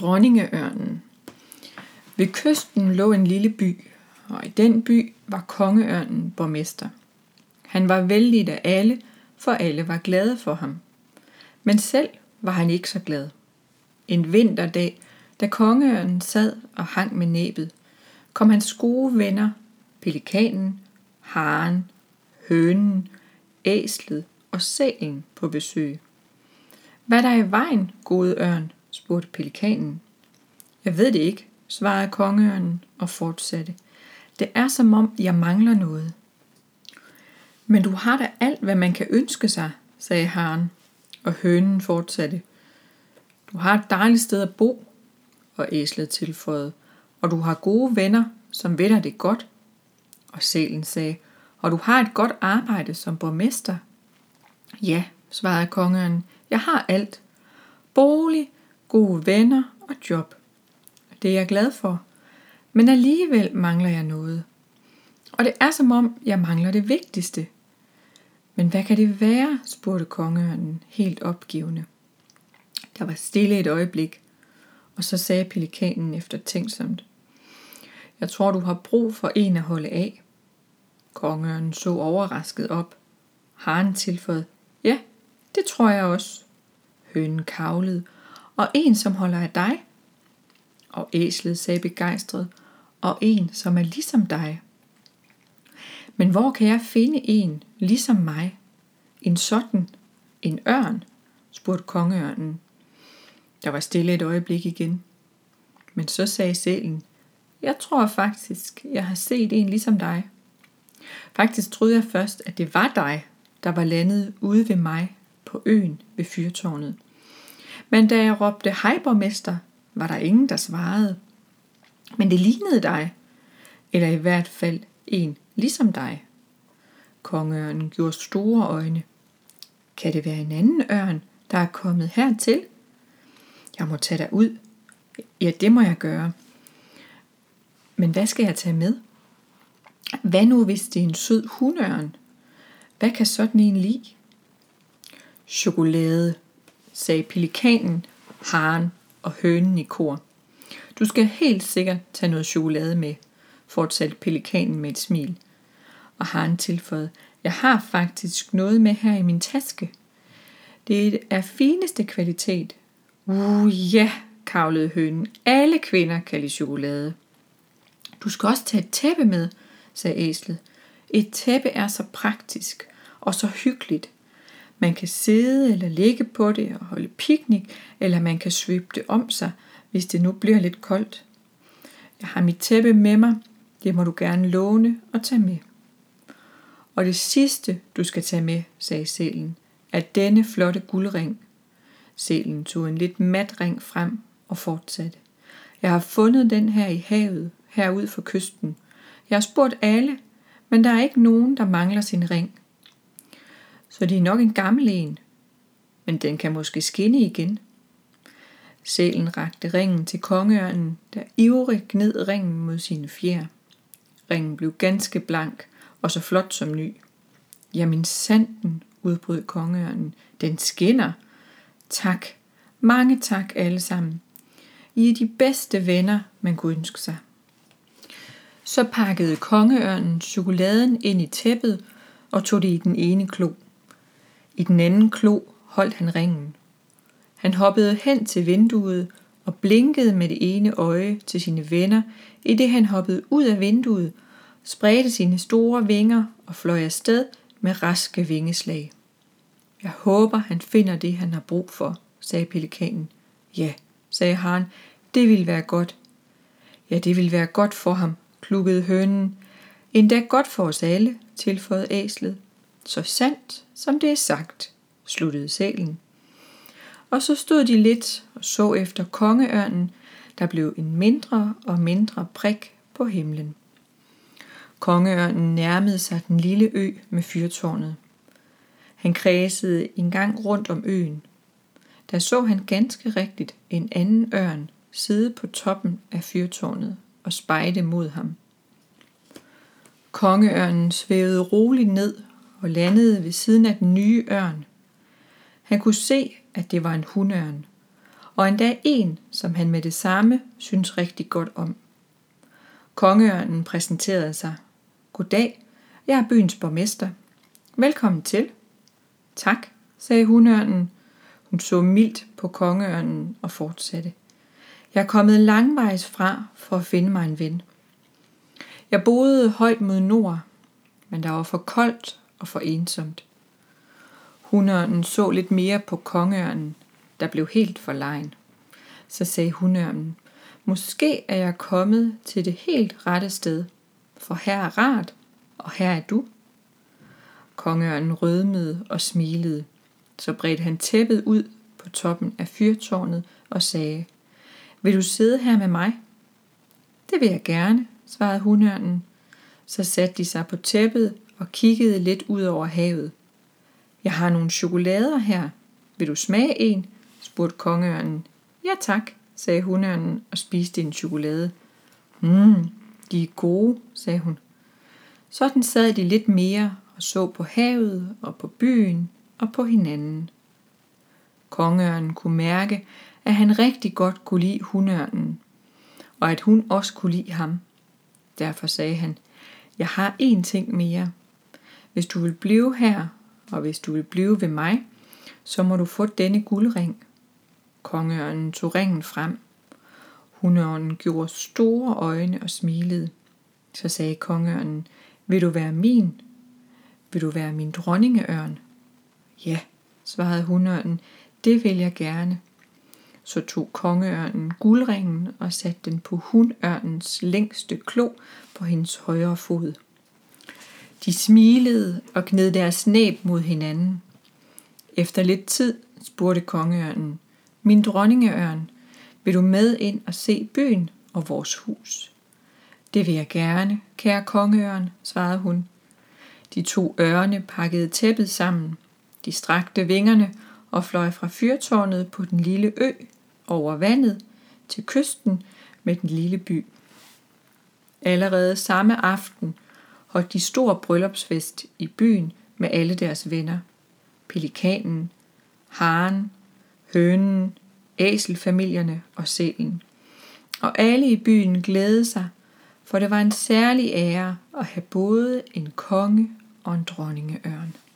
Dronningeørnen. Ved kysten lå en lille by, og i den by var kongeørnen borgmester. Han var vellidt af alle, for alle var glade for ham. Men selv var han ikke så glad. En vinterdag, da kongeørnen sad og hang med næbet, kom hans gode venner, pelikanen, haren, hønen, æslet og sælen på besøg. Hvad er der i vejen, gode ørn? Spurgte pelikanen. Jeg ved det ikke, svarede kongeørnen og fortsatte. Det er som om, jeg mangler noget. Men du har da alt, hvad man kan ønske sig, sagde haren, og hønen fortsatte. Du har et dejligt sted at bo, og æslet tilføjede, og du har gode venner, som ved dig det godt. Og sælen sagde, og du har et godt arbejde som borgmester. Ja, svarede kongeørnen, jeg har alt. Bolig, gode venner og job. Det er jeg glad for, men alligevel mangler jeg noget. Og det er som om, jeg mangler det vigtigste. Men hvad kan det være, spurgte kongeørnen helt opgivende. Der var stille et øjeblik, og så sagde pelikanen eftertænksomt. Jeg tror, du har brug for en at holde af. Kongeørnen så overrasket op. Haren tilføjede, ja, det tror jeg også. Hønen kavlede, og en som holder af dig. Og æslet sagde begejstret, og en som er ligesom dig. Men hvor kan jeg finde en ligesom mig? En sådan, en ørn, spurgte kongeørnen. Der var stille et øjeblik igen. Men så sagde sælen, jeg tror faktisk, jeg har set en ligesom dig. Faktisk troede jeg først, at det var dig, der var landet ude ved mig på øen ved fyrtårnet. Men da jeg råbte hej borgmester, var der ingen, der svarede. Men det lignede dig, eller i hvert fald en ligesom dig. Kongeørnen gjorde store øjne. Kan det være en anden ørn, der er kommet hertil? Jeg må tage dig ud. Ja, det må jeg gøre. Men hvad skal jeg tage med? Hvad nu, hvis det er en sød hunørn? Hvad kan sådan en lide? Chokolade, sagde pelikanen, haren og hønen i kor. Du skal helt sikkert tage noget chokolade med, fortsatte pelikanen med et smil. Og haren tilføjede, jeg har faktisk noget med her i min taske. Det er fineste kvalitet. Ja, kavlede hønen. Alle kvinder kan lide chokolade. Du skal også tage et tæppe med, sagde æslet. Et tæppe er så praktisk og så hyggeligt. Man kan sidde eller ligge på det og holde piknik, eller man kan svøbe det om sig, hvis det nu bliver lidt koldt. Jeg har mit tæppe med mig. Det må du gerne låne og tage med. Og det sidste, du skal tage med, sagde sælen, er denne flotte guldring. Sælen tog en lidt mat ring frem og fortsatte. Jeg har fundet den her i havet, herud for kysten. Jeg har spurgt alle, men der er ikke nogen, der mangler sin ring. Så det er nok en gammel en, men den kan måske skinne igen. Sælen rakte ringen til kongeørnen, der ivrigt gned ringen mod sine fjer. Ringen blev ganske blank og så flot som ny. Jamen sanden, udbrød kongeørnen, den skinner. Tak, mange tak alle sammen. I er de bedste venner, man kunne ønske sig. Så pakkede kongeørnen chokoladen ind i tæppet og tog det i den ene klo. I den anden klo holdt han ringen. Han hoppede hen til vinduet og blinkede med det ene øje til sine venner, i det han hoppede ud af vinduet, spredte sine store vinger og fløj afsted med raske vingeslag. Jeg håber, han finder det, han har brug for, sagde pelikanen. Ja, sagde haren, det ville være godt. Ja, det ville være godt for ham, klukkede hønen. Endda godt for os alle, tilføjede æslet. Så sandt, som det er sagt, sluttede sælen. Og så stod de lidt og så efter kongeørnen, der blev en mindre og mindre prik på himlen. Kongeørnen nærmede sig den lille ø med fyrtårnet. Han kredsede en gang rundt om øen. Der så han ganske rigtigt en anden ørn sidde på toppen af fyrtårnet og spejde mod ham. Kongeørnen svævede roligt ned og landede ved siden af den nye ørn. Han kunne se, at det var en hunørn, og endda en, som han med det samme synes rigtig godt om. Kongeørnen præsenterede sig. Goddag, jeg er byens borgmester. Velkommen til. Tak, sagde hunørnen. Hun så mildt på kongeørnen og fortsatte. Jeg er kommet langvejs fra for at finde mig en ven. Jeg boede højt mod nord, men der var for koldt og for ensomt. Hunørnen så lidt mere på kongeørnen, der blev helt forlegen. Så sagde hunørnen, måske er jeg kommet til det helt rette sted, for her er rart, og her er du. Kongeørnen rødmede og smilede, så bredte han tæppet ud på toppen af fyrtårnet og sagde, vil du sidde her med mig? Det vil jeg gerne, svarede hunørnen. Så satte de sig på tæppet og kiggede lidt ud over havet. Jeg har nogle chokolader her. Vil du smage en? Spurgte kongeørnen. Ja tak, sagde hunørnen og spiste en chokolade. De er gode, sagde hun. Sådan sad de lidt mere og så på havet og på byen og på hinanden. Kongeørnen kunne mærke, at han rigtig godt kunne lide hunørnen, og at hun også kunne lide ham. Derfor sagde han, jeg har én ting mere. Hvis du vil blive her, og hvis du vil blive ved mig, så må du få denne guldring. Kongeørnen tog ringen frem. Hunørnen gjorde store øjne og smilede. Så sagde kongeørnen, vil du være min? Vil du være min dronningeørn? Ja, svarede hunørnen, det vil jeg gerne. Så tog kongeørnen guldringen og satte den på hunørnens længste klo på hendes højre fod. De smilede og gned deres næb mod hinanden. Efter lidt tid spurgte kongeørnen, min dronningeørn, vil du med ind og se byen og vores hus? Det vil jeg gerne, kære kongeørn, svarede hun. De to ørne pakkede tæppet sammen. De strakte vingerne og fløj fra fyrtårnet på den lille ø over vandet til kysten med den lille by. Allerede samme aften holdt de stor bryllupsfest i byen med alle deres venner. Pelikanen, haren, hønen, æselfamilierne og sælen. Og alle i byen glædede sig, for det var en særlig ære at have både en konge og en dronningeørn.